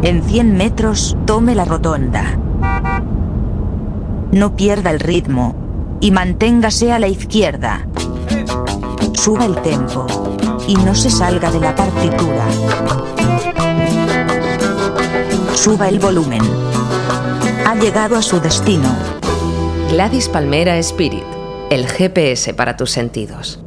En 100 metros, tome la rotonda. No pierda el ritmo. Y manténgase a la izquierda. Suba el tempo. Y no se salga de la partitura. Suba el volumen. Ha llegado a su destino. Gladys Palmera Spirit, el GPS para tus sentidos.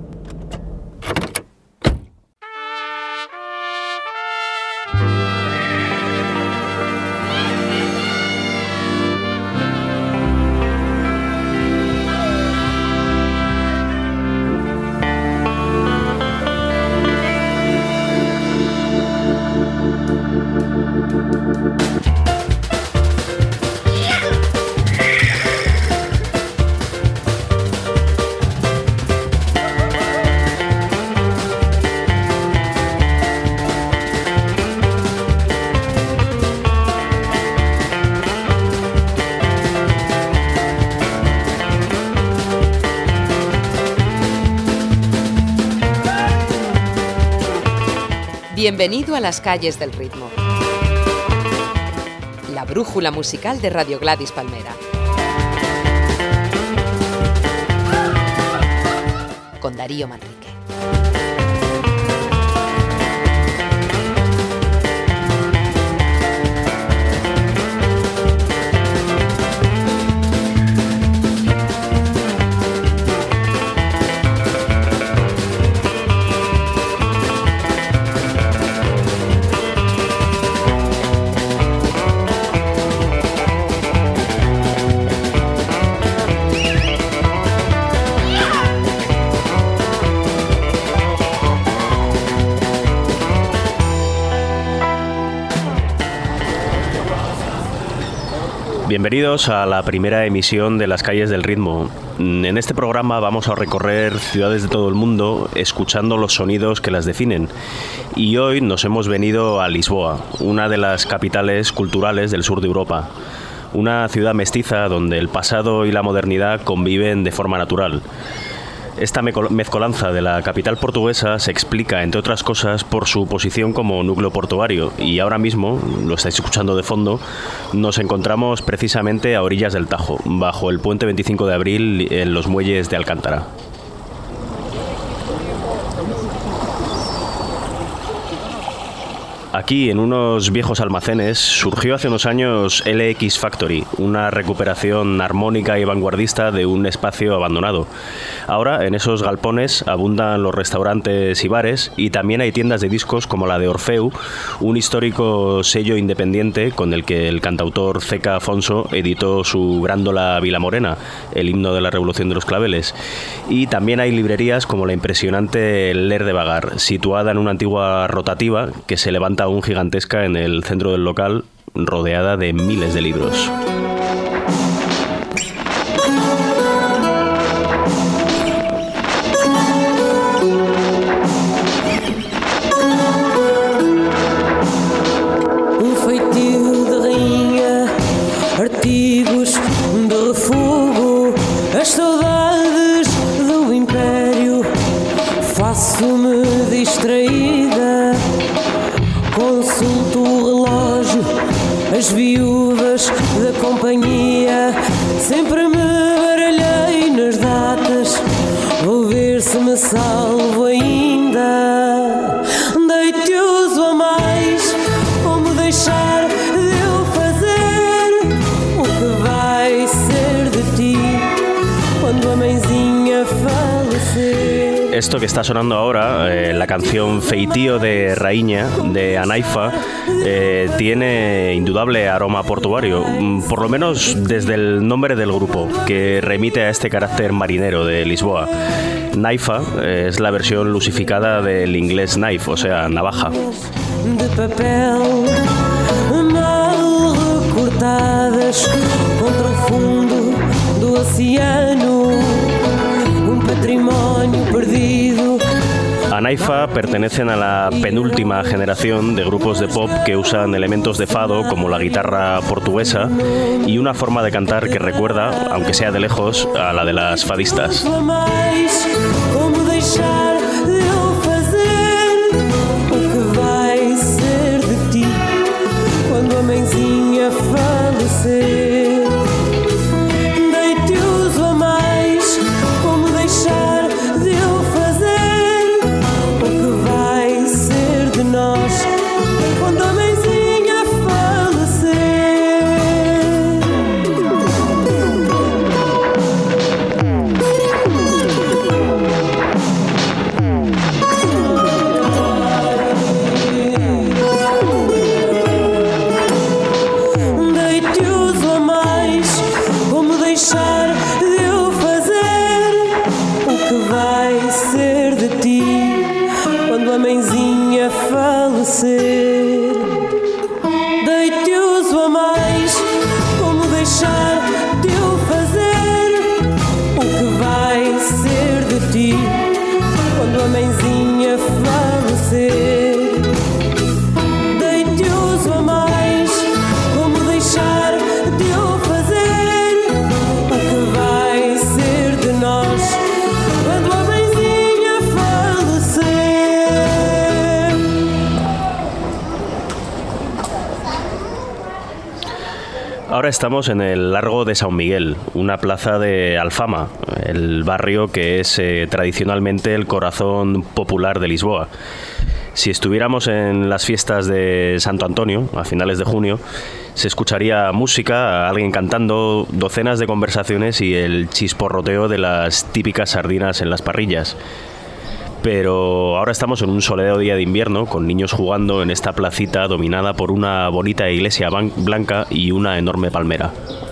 Bienvenido a las calles del ritmo. La brújula musical de Radio Gladys Palmera. Con Darío Manrique. Bienvenidos a la primera emisión de Las calles del ritmo. En este programa vamos a recorrer ciudades de todo el mundo escuchando los sonidos que las definen. Y hoy nos hemos venido a Lisboa, una de las capitales culturales del sur de Europa. Una ciudad mestiza donde el pasado y la modernidad conviven de forma natural. Esta mezcolanza de la capital portuguesa se explica, entre otras cosas, por su posición como núcleo portuario y ahora mismo, lo estáis escuchando de fondo, nos encontramos precisamente a orillas del Tajo, bajo el puente 25 de abril en los muelles de Alcántara. Aquí, en unos viejos almacenes, surgió hace unos años LX Factory, una recuperación armónica y vanguardista de un espacio abandonado. Ahora, en esos galpones abundan los restaurantes y bares, y también hay tiendas de discos como la de Orfeu, un histórico sello independiente con el que el cantautor Zeca Afonso editó su Grándola Vilamorena, el himno de la Revolución de los Claveles. Y también hay librerías como la impresionante Ler de Vagar, situada en una antigua rotativa que se levanta aún gigantesca en el centro del local, rodeada de miles de libros. Feitio de rainha, artigos de refugo, as saudades do império. Faço-me distraída, consulto o relógio, as viúvas da companhia. Sempre me baralhei nas datas, vou ver se me salvo ainda. Deite-os a mais, como deixar de eu fazer o que vai ser de ti quando a mãezinha falecer. Esto que está sonando ahora, la canción Feitio de Rainha, de Anaifa, tiene indudable aroma portuario, por lo menos desde el nombre del grupo, que remite a este carácter marinero de Lisboa. Naifa es la versión lusificada del inglés knife, o sea, navaja. De papel, mal recortadas contra o fundo do oceano, patrimonio perdido. Anaifa pertenecen a la penúltima generación de grupos de pop que usan elementos de fado como la guitarra portuguesa y una forma de cantar que recuerda, aunque sea de lejos, a la de las fadistas. Quando a Ahora estamos en el Largo de São Miguel, una plaza de Alfama, el barrio que es tradicionalmente el corazón popular de Lisboa. Si estuviéramos en las fiestas de Santo Antonio, a finales de junio, se escucharía música, alguien cantando, docenas de conversaciones y el chisporroteo de las típicas sardinas en las parrillas. Pero ahora estamos en un soleado día de invierno, con niños jugando en esta placita dominada por una bonita iglesia blanca y una enorme palmera.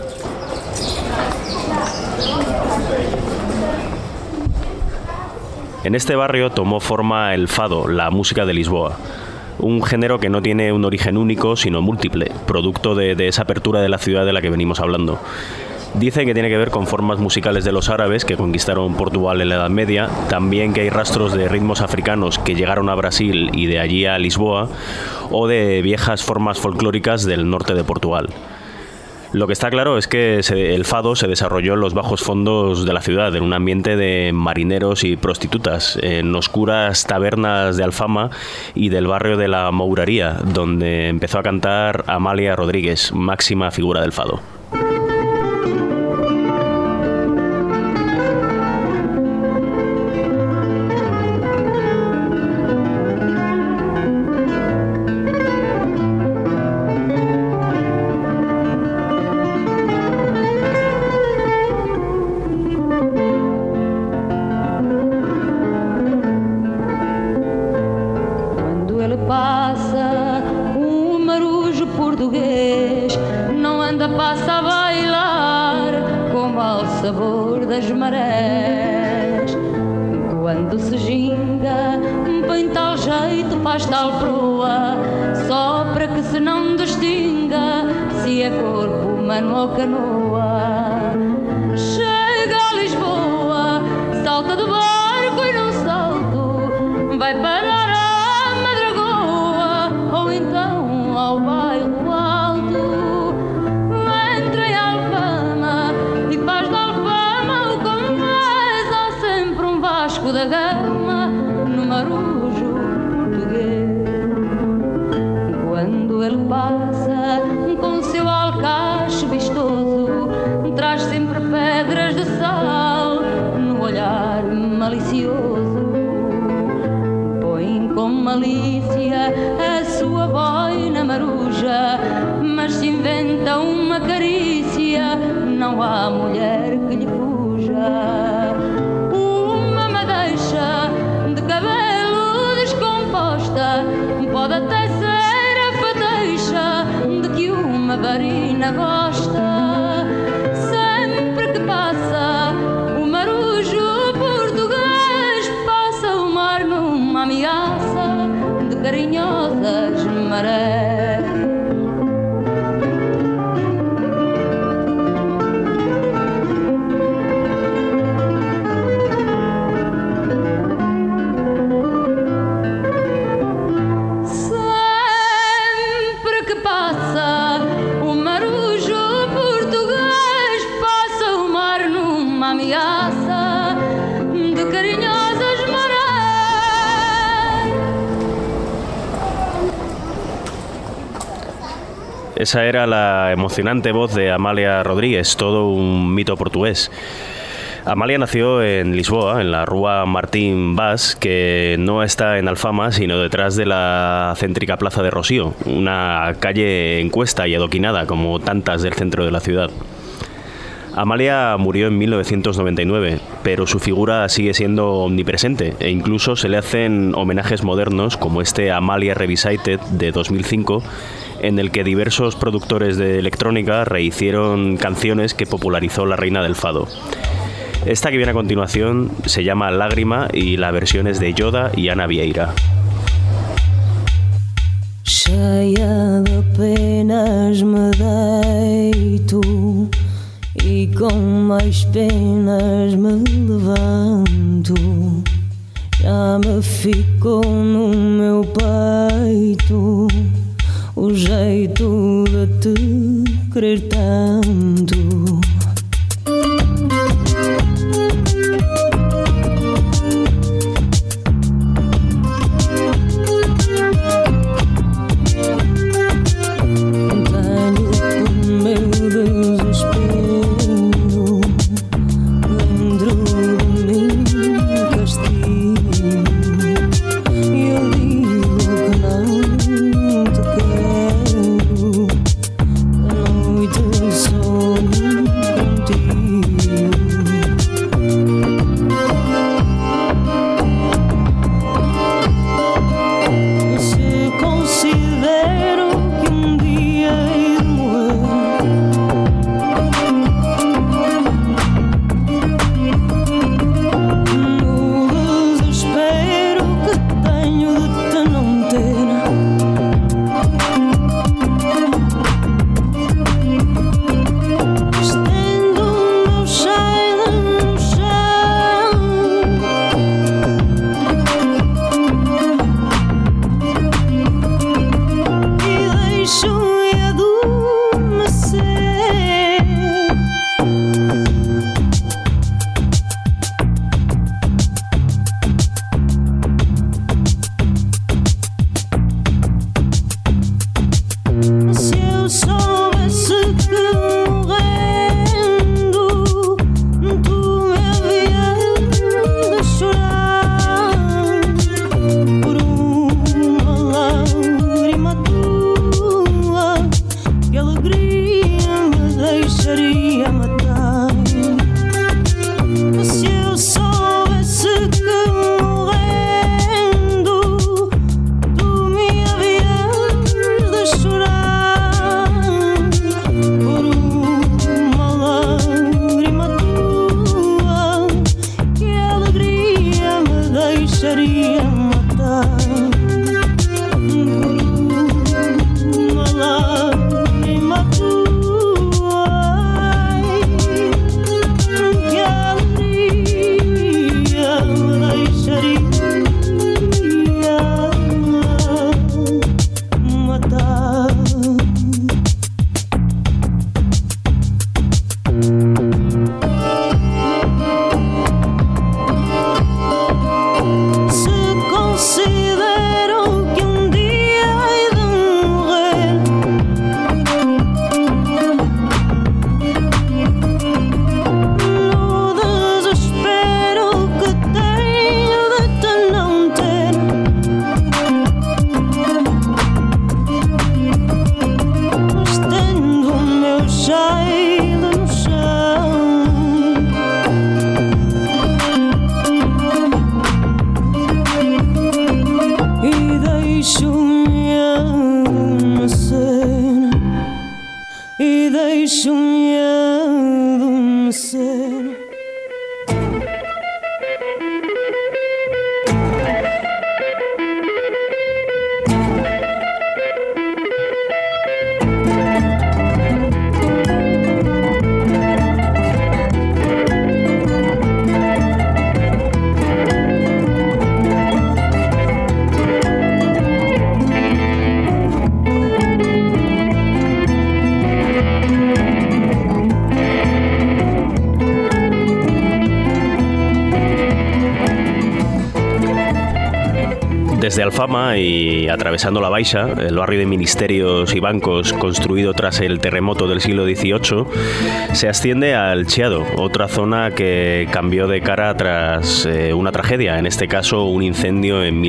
En este barrio tomó forma el fado, la música de Lisboa. Un género que no tiene un origen único, sino múltiple, producto de esa apertura de la ciudad de la que venimos hablando. Dicen que tiene que ver con formas musicales de los árabes que conquistaron Portugal en la Edad Media, también que hay rastros de ritmos africanos que llegaron a Brasil y de allí a Lisboa, o de viejas formas folclóricas del norte de Portugal. Lo que está claro es que el fado se desarrolló en los bajos fondos de la ciudad, en un ambiente de marineros y prostitutas, en oscuras tabernas de Alfama y del barrio de la Mouraría, donde empezó a cantar Amália Rodrigues, máxima figura del fado. Esa era la emocionante voz de Amália Rodrigues, todo un mito portugués. Amália nació en Lisboa, en la Rúa Martín Vaz, que no está en Alfama, sino detrás de la céntrica Plaza de Rocío, una calle en cuesta y adoquinada, como tantas del centro de la ciudad. Amália murió en 1999, pero su figura sigue siendo omnipresente e incluso se le hacen homenajes modernos como este Amália Revisited de 2005, en el que diversos productores de electrónica rehicieron canciones que popularizó la reina del fado. Esta que viene a continuación se llama Lágrima y la versión es de Yoda y Ana Vieira. Cheia de penas me deito e com mais penas me levanto. Já me ficou no meu peito o jeito de te querer tanto. Tenho por meu Desde Alfama y atravesando la Baixa, el barrio de ministerios y bancos construido tras el terremoto del siglo XVIII, se asciende al Chiado, otra zona que cambió de cara tras una tragedia, en este caso un incendio en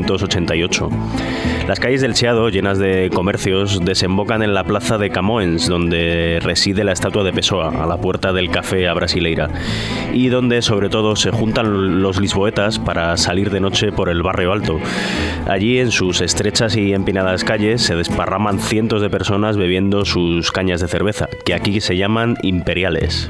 1988. Las calles del Chiado, llenas de comercios, desembocan en la plaza de Camões, donde reside la estatua de Pessoa, a la puerta del Café A Brasileira, y donde sobre todo se juntan los lisboetas para salir de noche por el barrio alto. Allí, en sus estrechas y empinadas calles, se desparraman cientos de personas bebiendo sus cañas de cerveza, que aquí se llaman imperiales.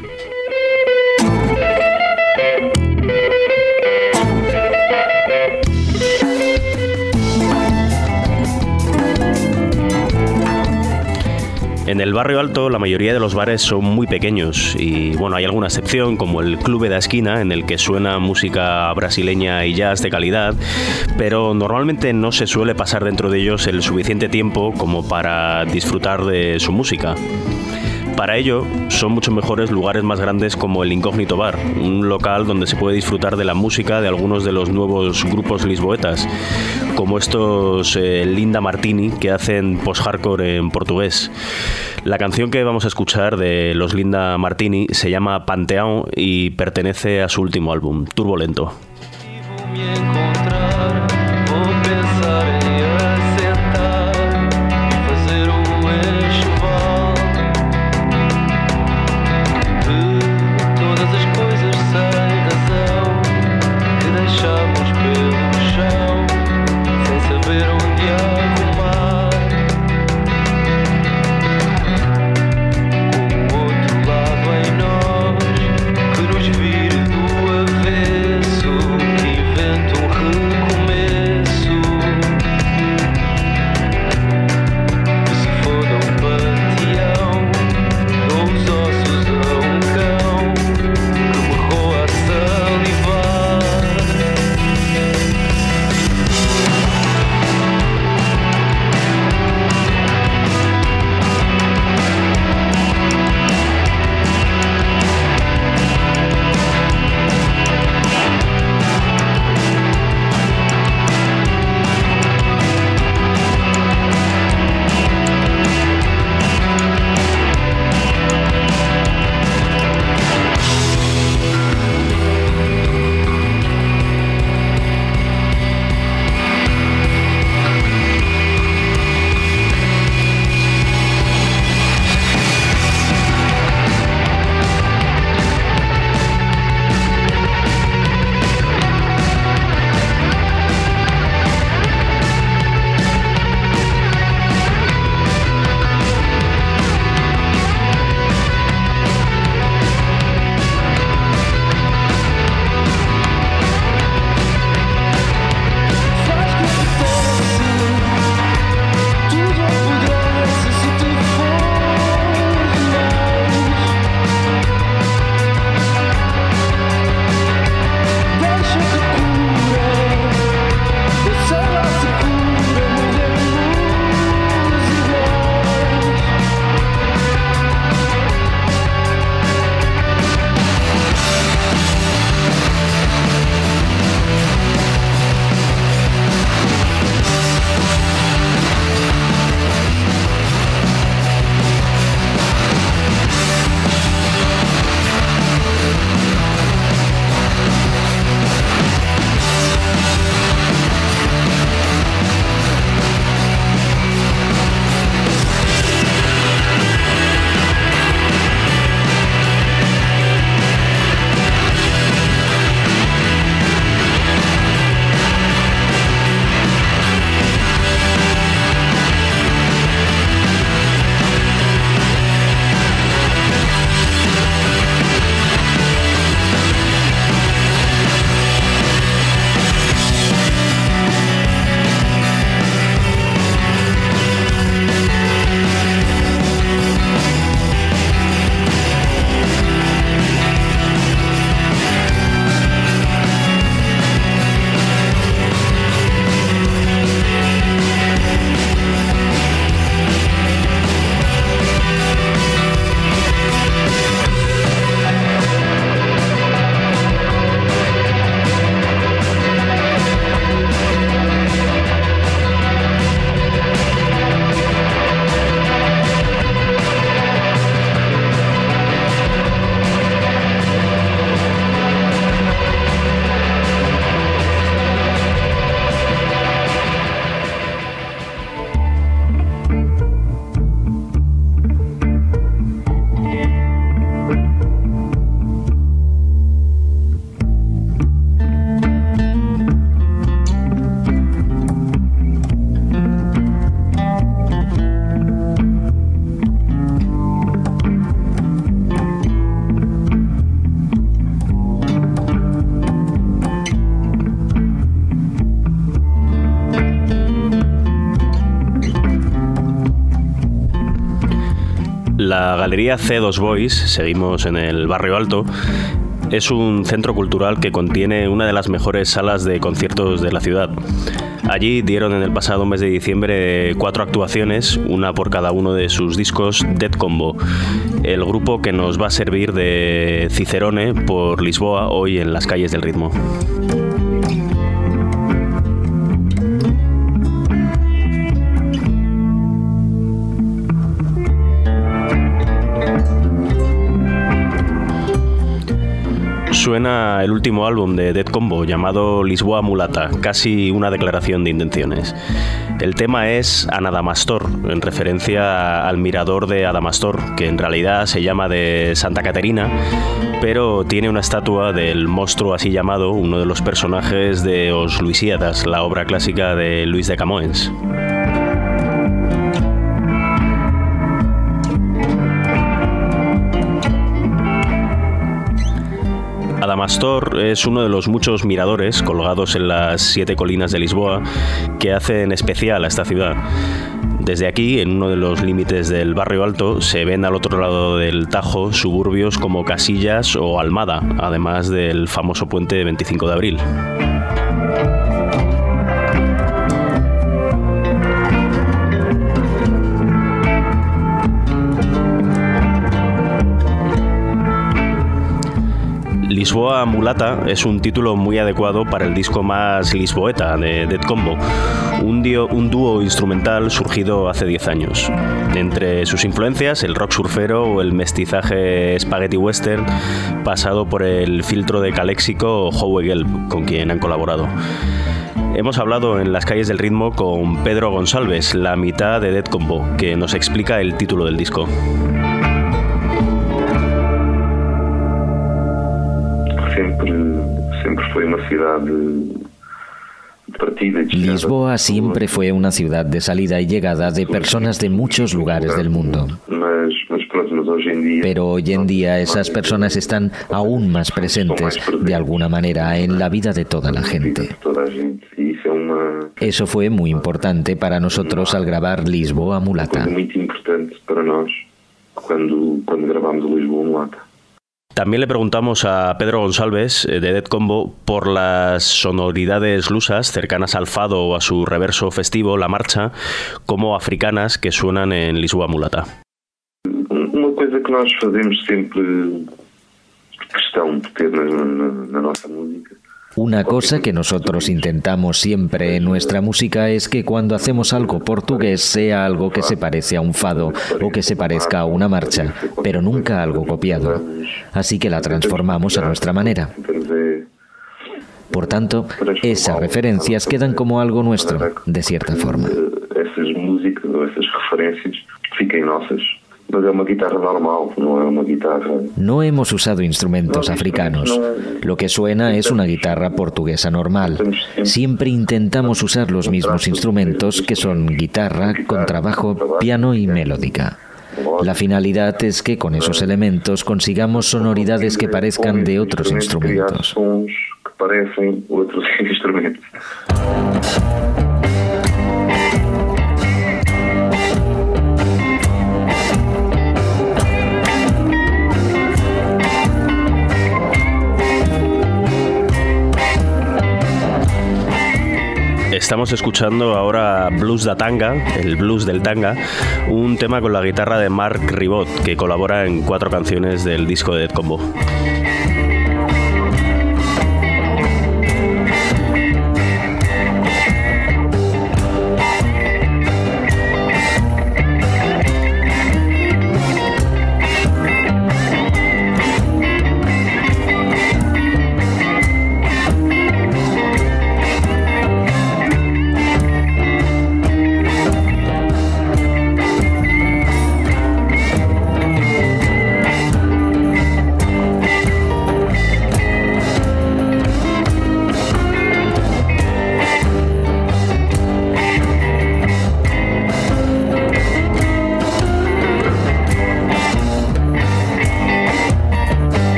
En el barrio alto la mayoría de los bares son muy pequeños y bueno, hay alguna excepción como el Clube da Esquina, en el que suena música brasileña y jazz de calidad, pero normalmente no se suele pasar dentro de ellos el suficiente tiempo como para disfrutar de su música. Para ello, son mucho mejores lugares más grandes como el Incógnito Bar, un local donde se puede disfrutar de la música de algunos de los nuevos grupos lisboetas, como estos Linda Martini, que hacen post-hardcore en portugués. La canción que vamos a escuchar de los Linda Martini se llama Panteão y pertenece a su último álbum, Turbulento. Que nos vire do avesso, que inventa La Galería C2 Boys, seguimos en el Barrio Alto, es un centro cultural que contiene una de las mejores salas de conciertos de la ciudad. Allí dieron en el pasado mes de diciembre 4 actuaciones, una por cada uno de sus discos, Dead Combo, el grupo que nos va a servir de Cicerone por Lisboa hoy en las calles del ritmo. Suena el último álbum de Dead Combo llamado Lisboa Mulata, casi una declaración de intenciones. El tema es Anadamastor, en referencia al mirador de Adamastor, que en realidad se llama de Santa Caterina, pero tiene una estatua del monstruo así llamado, uno de los personajes de Os Luisíadas, la obra clásica de Luis de Camões. Adamastor es uno de los muchos miradores colgados en las 7 colinas de Lisboa que hacen especial a esta ciudad. Desde aquí, en uno de los límites del Barrio Alto, se ven al otro lado del Tajo suburbios como Casillas o Almada, además del famoso puente 25 de abril. Lisboa Mulata es un título muy adecuado para el disco más lisboeta de Dead Combo, un dúo instrumental surgido hace 10 años. Entre sus influencias, el rock surfero o el mestizaje spaghetti western, pasado por el filtro de Caléxico o Howe Gelb, con quien han colaborado. Hemos hablado en las calles del ritmo con Pedro Gonçalves, la mitad de Dead Combo, que nos explica el título del disco. Lisboa siempre fue una ciudad de salida y llegada de personas de muchos lugares del mundo. Pero hoy en día esas personas están aún más presentes, de alguna manera, en la vida de toda la gente. Eso fue muy importante para nosotros al grabar Lisboa Mulata. También le preguntamos a Pedro Gonçalves, de Dead Combo, por las sonoridades lusas cercanas al fado o a su reverso festivo, la marcha, como africanas que suenan en Lisboa Mulata. Una cosa que nós fazemos sempre questão de ter na nossa música. Una cosa que nosotros intentamos siempre en nuestra música es que cuando hacemos algo portugués sea algo que se parece a un fado o que se parezca a una marcha, pero nunca algo copiado. Así que la transformamos a nuestra manera. Por tanto, esas referencias quedan como algo nuestro, de cierta forma. Esas músicas, esas referencias fiquen nossas. Pero es una guitarra normal, no es una guitarra. No hemos usado instrumentos africanos. Lo que suena es una guitarra portuguesa normal. Siempre intentamos usar los mismos instrumentos, que son guitarra, contrabajo, piano y melódica. La finalidad es que con esos elementos consigamos sonoridades que parezcan de otros instrumentos. Que parecen otros instrumentos. Estamos escuchando ahora Blues da Tanga, el blues del tanga, un tema con la guitarra de Marc Ribot, que colabora en 4 canciones del disco de Dead Combo.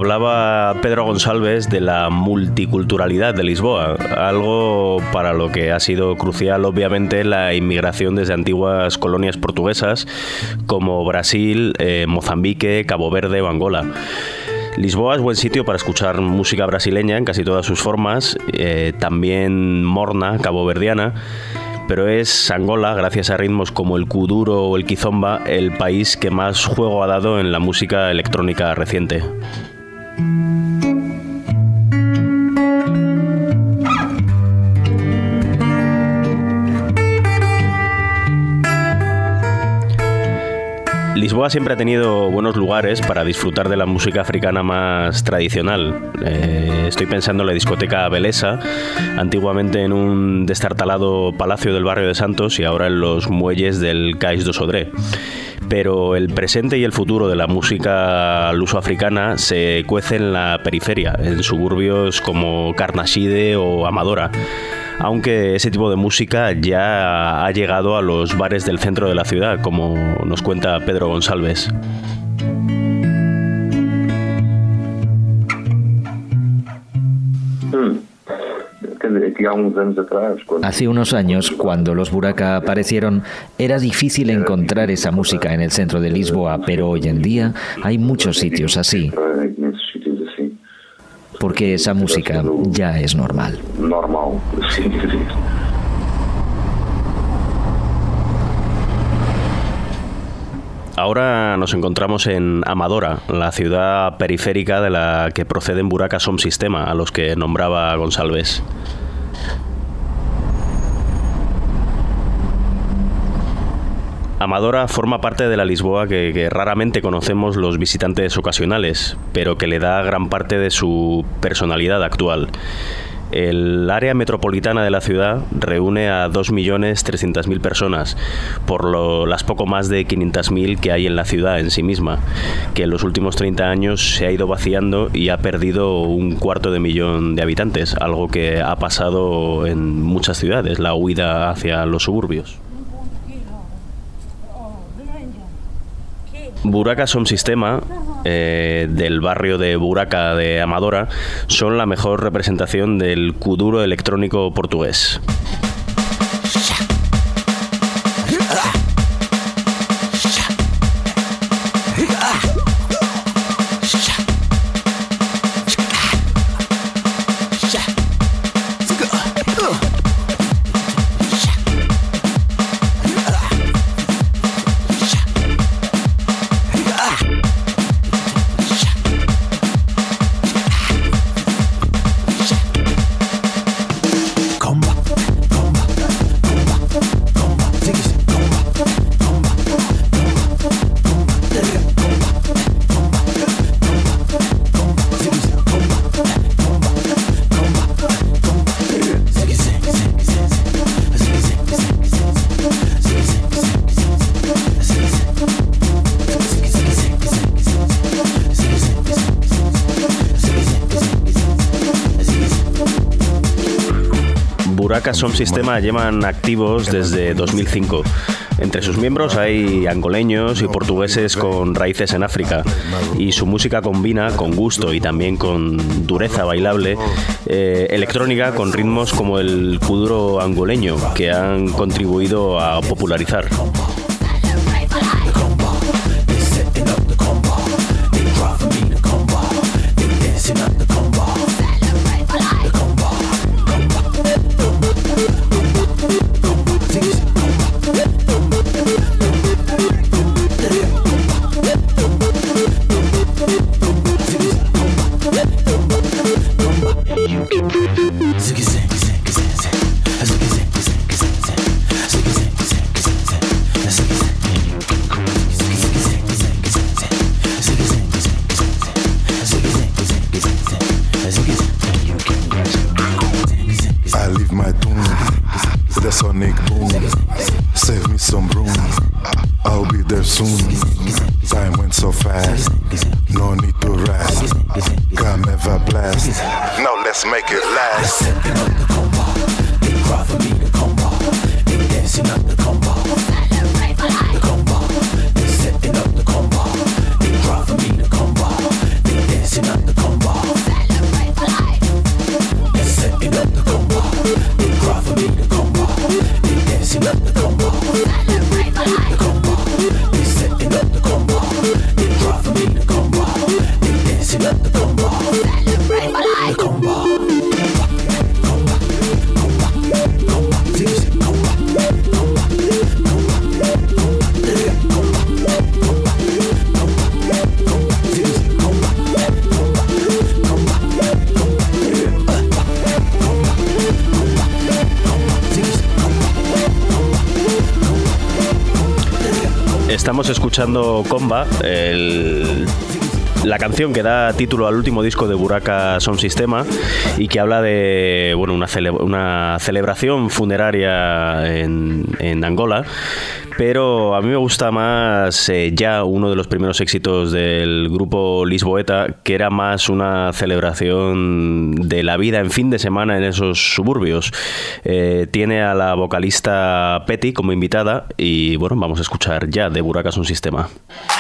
Hablaba Pedro Gonçalves de la multiculturalidad de Lisboa, algo para lo que ha sido crucial obviamente la inmigración desde antiguas colonias portuguesas como Brasil, Mozambique, Cabo Verde o Angola. Lisboa es buen sitio para escuchar música brasileña en casi todas sus formas, también morna, caboverdiana, pero es Angola, gracias a ritmos como el kuduro o el kizomba, el país que más juego ha dado en la música electrónica reciente. Lisboa siempre ha tenido buenos lugares para disfrutar de la música africana más tradicional. Estoy pensando en la discoteca Beleza, antiguamente en un destartalado palacio del barrio de Santos y ahora en los muelles del Cais do Sodré. Pero el presente y el futuro de la música luso-africana se cuece en la periferia, en suburbios como Carnaxide o Amadora, aunque ese tipo de música ya ha llegado a los bares del centro de la ciudad, como nos cuenta Pedro Gonçalves. Hace unos años, cuando los Buraka aparecieron, era difícil encontrar esa música en el centro de Lisboa, pero hoy en día hay muchos sitios así. Porque esa música ya es normal. Sí. Ahora nos encontramos en Amadora, la ciudad periférica de la que proceden Buraka Sound System, a los que nombraba Gonçalves. Amadora forma parte de la Lisboa que raramente conocemos los visitantes ocasionales, pero que le da gran parte de su personalidad actual. El área metropolitana de la ciudad reúne a 2.300.000 personas, por las poco más de 500.000 que hay en la ciudad en sí misma, que en los últimos 30 años se ha ido vaciando y ha perdido 250.000 de habitantes, algo que ha pasado en muchas ciudades, la huida hacia los suburbios. Buraka Sound System, del barrio de Buraka de Amadora, son la mejor representación del kuduro electrónico portugués. Buraka Sound System llevan activos desde 2005. Entre sus miembros hay angoleños y portugueses con raíces en África, y su música combina con gusto y también con dureza bailable electrónica con ritmos como el kuduro angoleño, que han contribuido a popularizar. Not the Estamos escuchando Comba, la canción que da título al último disco de Buraka Sound Systema y que habla de una celebración funeraria en Angola. Pero a mí me gusta más ya uno de los primeros éxitos del grupo Lisboeta, que era más una celebración de la vida en fin de semana en esos suburbios. Tiene a la vocalista Petty como invitada y bueno, vamos a escuchar ya de Buraka Sound Systema.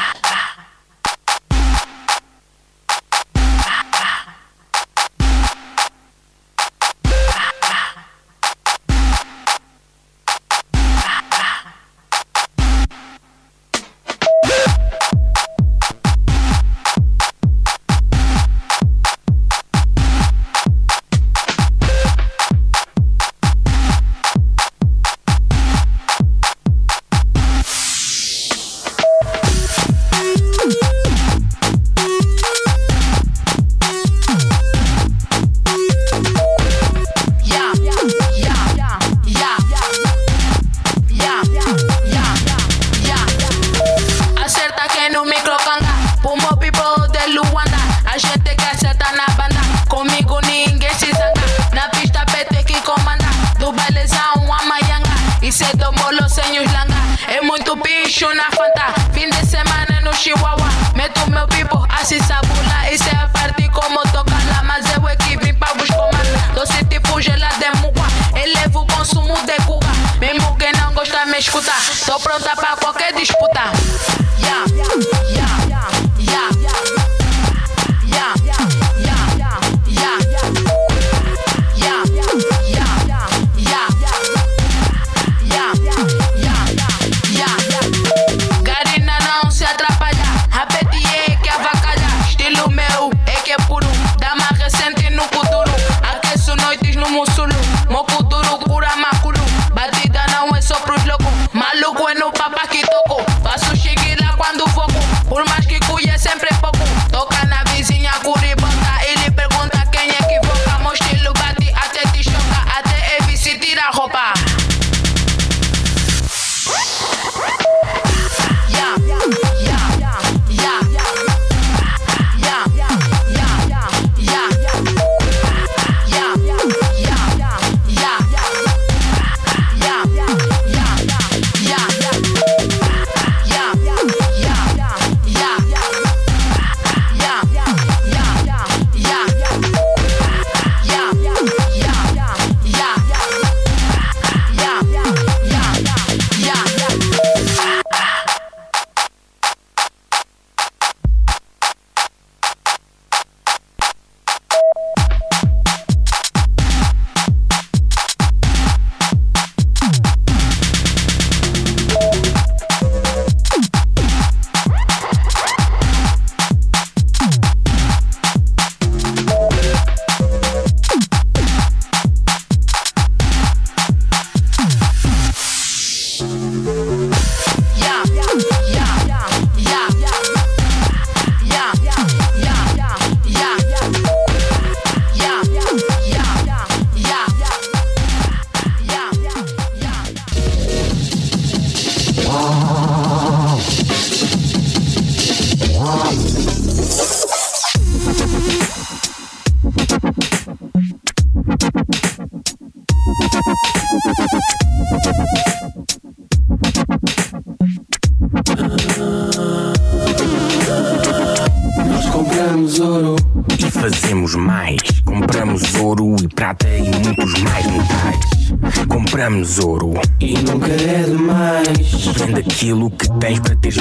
Compramos ouro e fazemos mais. Compramos ouro e prata e muitos mais metais. Compramos ouro e nunca é demais. Vende aquilo que tens para teres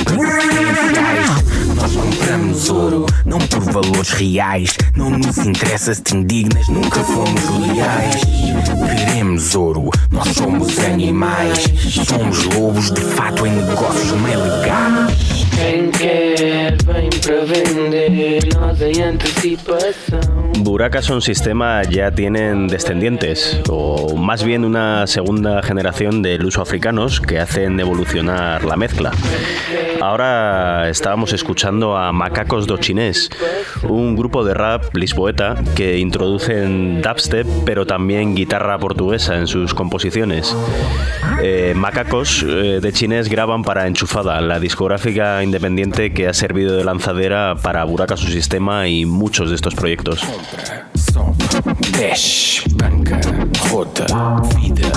reais. Nós compramos ouro, não por valores reais. Não nos interessa se te indignas, nunca fomos leais. Queremos ouro, nós somos animais. Somos lobos de fato em negócios meio legais. Quem quer vem Burakason Sistema ya tienen descendientes, o más bien una segunda generación de lusoafricanos que hacen evolucionar la mezcla. Ahora estábamos escuchando a Macacos do Chinés, un grupo de rap lisboeta que introducen dubstep, pero también guitarra portuguesa en sus composiciones. Macacos de Chinés graban para Enchufada, la discográfica independiente que ha servido de lanzadera para Burakason Sistema y muchos de estos proyectos. Dash, banca, rota, vida,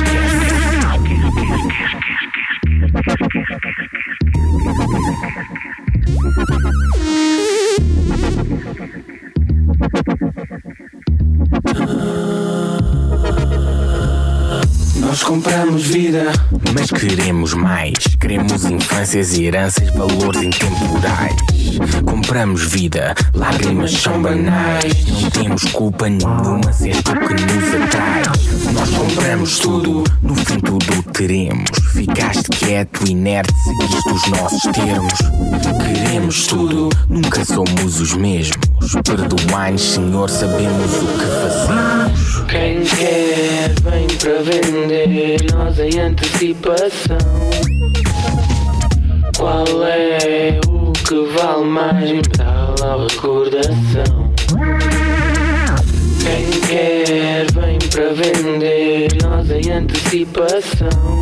Nós compramos vida, mas queremos mais. Queremos infâncias e heranças, valores intemporais. Compramos vida, lágrimas são banais. Não temos culpa nenhuma se és tu que nos atrai. Nós compramos tudo, no fim tudo teremos. Ficaste quieto, inerte, seguiste os nossos termos. Queremos tudo, nunca somos os mesmos. Perdoai-nos, Senhor, sabemos o que fazemos. Quem quer vem para vender, nós em antecipação. Qual é o que vale mais? Metal ou recordação? Quem quer vem para vender, nós em antecipação.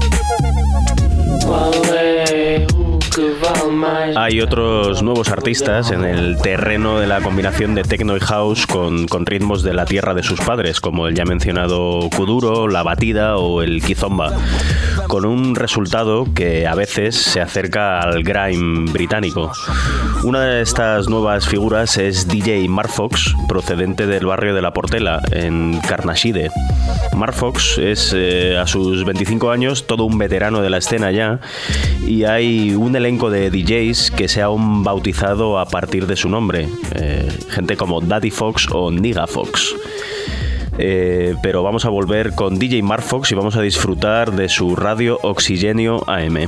Qual é o que vale mais? Hay otros nuevos artistas en el terreno de la combinación de techno y house con ritmos de la tierra de sus padres, como el ya mencionado Kuduro, La Batida o el Kizomba, con un resultado que a veces se acerca al grime británico. Una de estas nuevas figuras es DJ Marfox, procedente del barrio de La Portela, en Carnashide. Marfox es, a sus 25 años, todo un veterano de la escena ya, y hay un elenco de DJs que se han bautizado a partir de su nombre, gente como Daddy Fox o Nigga Fox. Pero vamos a volver con DJ Marfox y vamos a disfrutar de su radio Oxygenio AM.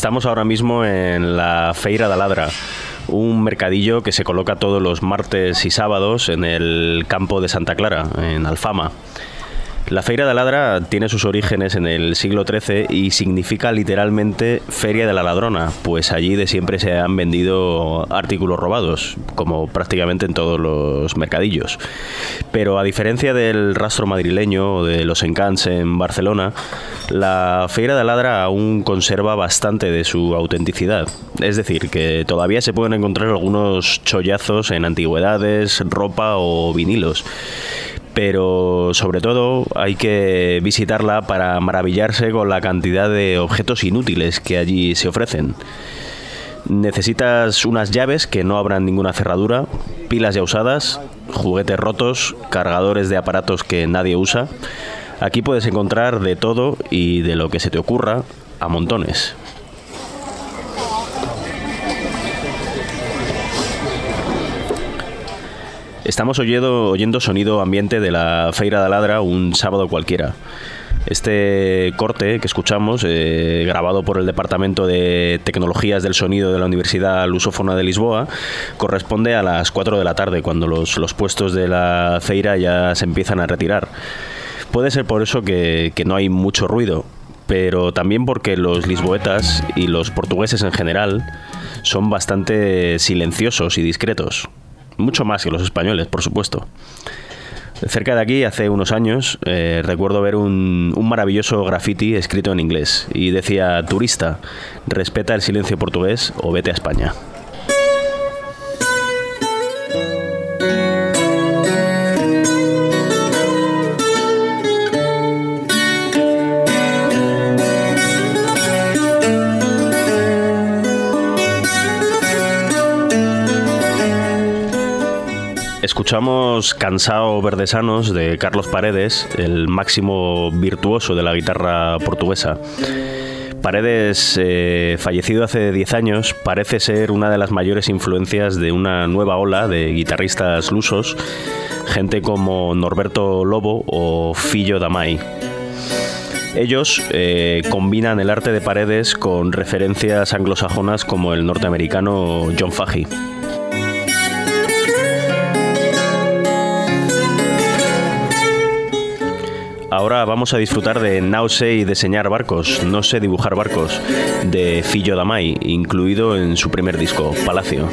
Estamos ahora mismo en la Feira da Ladra, un mercadillo que se coloca todos los martes y sábados en el campo de Santa Clara, en Alfama. La Feira da Ladra tiene sus orígenes en el siglo XIII y significa literalmente Feria de la Ladrona, pues allí de siempre se han vendido artículos robados, como prácticamente en todos los mercadillos. Pero a diferencia del rastro madrileño o de los encants en Barcelona, la Feira da Ladra aún conserva bastante de su autenticidad. Es decir, que todavía se pueden encontrar algunos chollazos en antigüedades, ropa o vinilos. Pero sobre todo hay que visitarla para maravillarse con la cantidad de objetos inútiles que allí se ofrecen. Necesitas unas llaves que no abran ninguna cerradura, pilas ya usadas, juguetes rotos, cargadores de aparatos que nadie usa. Aquí puedes encontrar de todo y de lo que se te ocurra a montones. Estamos oyendo sonido ambiente de la Feira da Ladra un sábado cualquiera. Este corte que escuchamos, grabado por el Departamento de Tecnologías del Sonido de la Universidad Lusófona de Lisboa, corresponde a las 4 de la tarde, cuando los puestos de la feira ya se empiezan a retirar. Puede ser por eso que no hay mucho ruido, pero también porque los lisboetas y los portugueses en general son bastante silenciosos y discretos. Mucho más que los españoles, por supuesto. Cerca de aquí, hace unos años, recuerdo ver un maravilloso graffiti escrito en inglés y decía: turista, respeta el silencio portugués o vete a España. Escuchamos Cansao Verdesanos de Carlos Paredes, el máximo virtuoso de la guitarra portuguesa. Paredes, fallecido hace 10 años, parece ser una de las mayores influencias de una nueva ola de guitarristas lusos, gente como Norberto Lobo o Filho da Mãe. Ellos combinan el arte de Paredes con referencias anglosajonas como el norteamericano John Fahey. Ahora vamos a disfrutar de No sé diseñar barcos, no sé dibujar barcos, de Filho da Mãe, incluido en su primer disco, Palacio.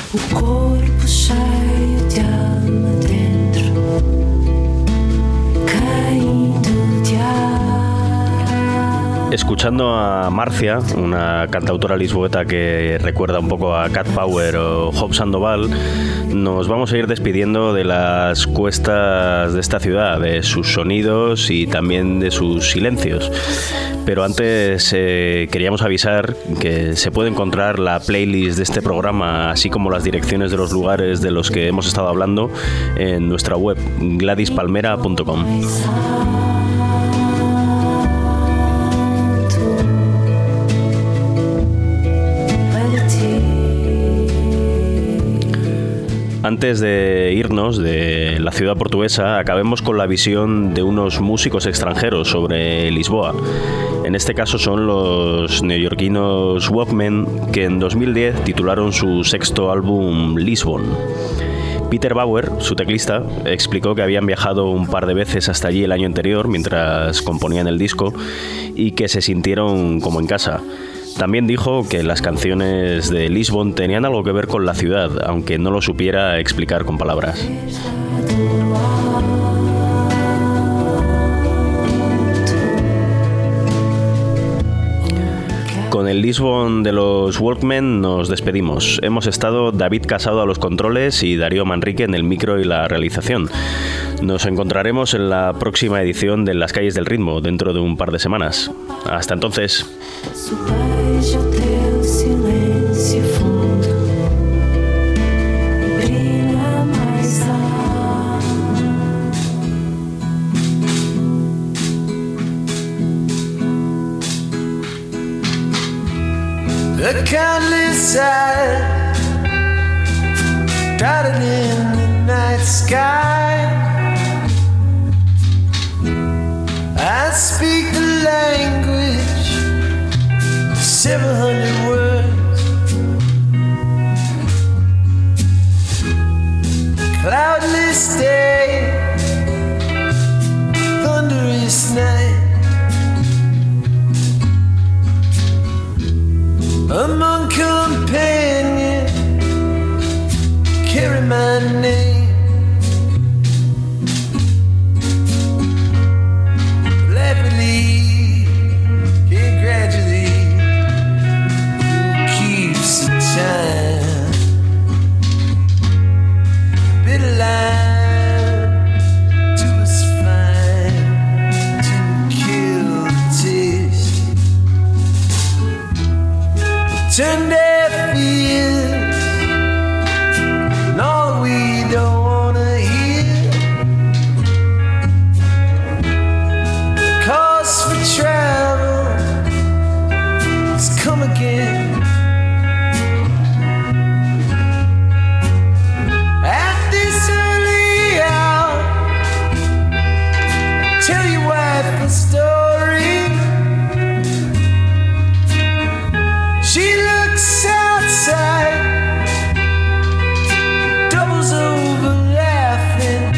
o corpo cheio de alma dentro, caindo de ar. Escuchando a Marcia, una cantautora lisboeta que recuerda un poco a Cat Power o Hope Sandoval, nos vamos a ir despidiendo de las cuestas de esta ciudad, de sus sonidos y también de sus silencios. Pero antes queríamos avisar que se puede encontrar la playlist de este programa, así como las direcciones de los lugares de los que hemos estado hablando, en nuestra web, gladyspalmera.com. Antes de irnos de la ciudad portuguesa, acabemos con la visión de unos músicos extranjeros sobre Lisboa. En este caso son los neoyorquinos Walkmen, que en 2010 titularon su sexto álbum Lisbon. Peter Bauer, su teclista, explicó que habían viajado un par de veces hasta allí el año anterior mientras componían el disco y que se sintieron como en casa. También dijo que las canciones de Lisbon tenían algo que ver con la ciudad, aunque no lo supiera explicar con palabras. Con el Lisbon de los Walkmen nos despedimos. Hemos estado David Casado a los controles y Darío Manrique en el micro y la realización. Nos encontraremos en la próxima edición de Las Calles del Ritmo, dentro de un par de semanas. Hasta entonces. Beijo teu silêncio fundo, brilha mais alto. The countless side, dotted in the night sky. I speak the language, 700 words. Cloudless day, thunderous night. Among companions, carry my name. Turn deaf ears, no, we don't wanna hear. The cost for travel has come again. At this early hour, tell your wife a story. She looks outside, doubles over laughing.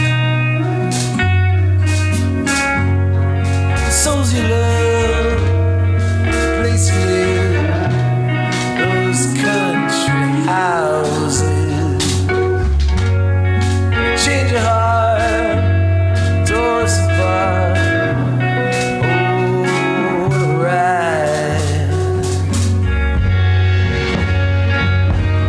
Souls you love, place you live, those country houses. Change your heart, doors apart. Oh, what a ride.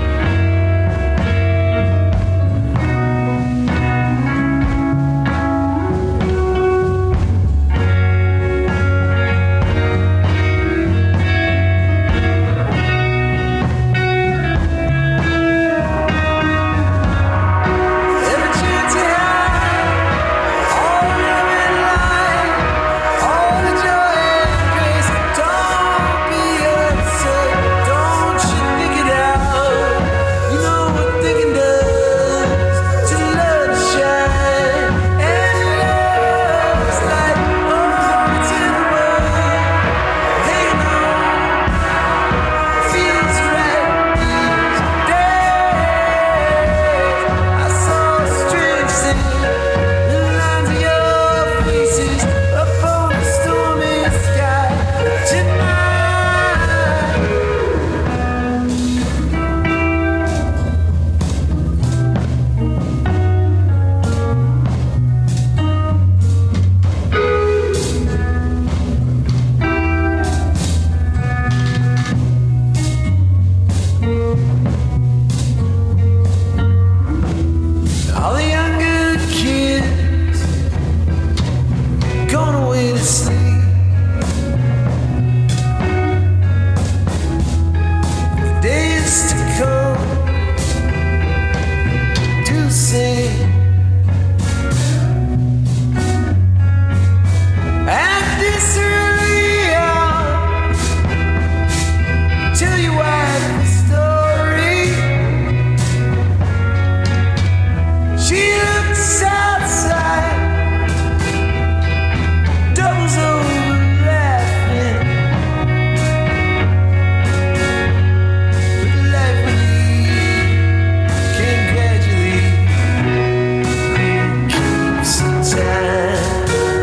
sleep. Days to come, do sing. At this early hour, tell you the story. She looks outside, doubles over laughing. But life with you came gradually. Who keeps the time?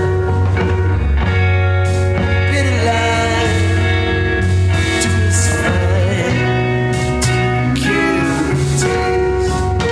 Bitter line to his fine, to kill the taste.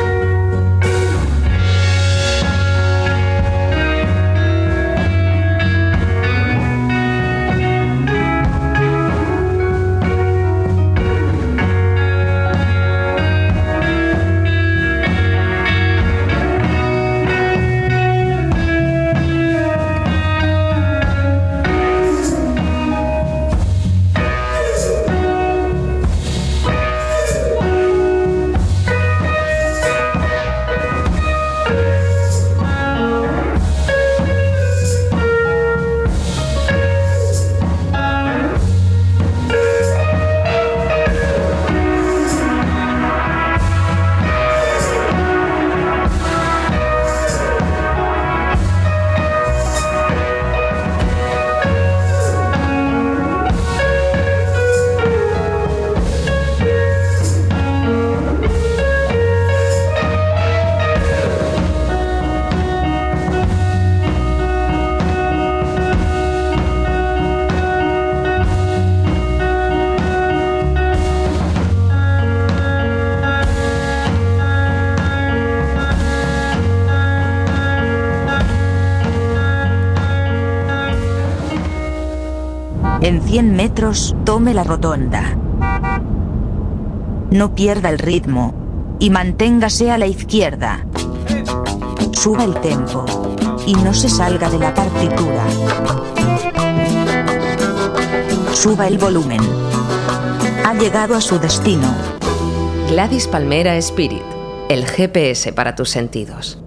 En 100 metros, tome la rotonda. No pierda el ritmo y manténgase a la izquierda. Suba el tempo y no se salga de la partitura. Suba el volumen. Ha llegado a su destino. Gladys Palmera Spirit, el GPS para tus sentidos.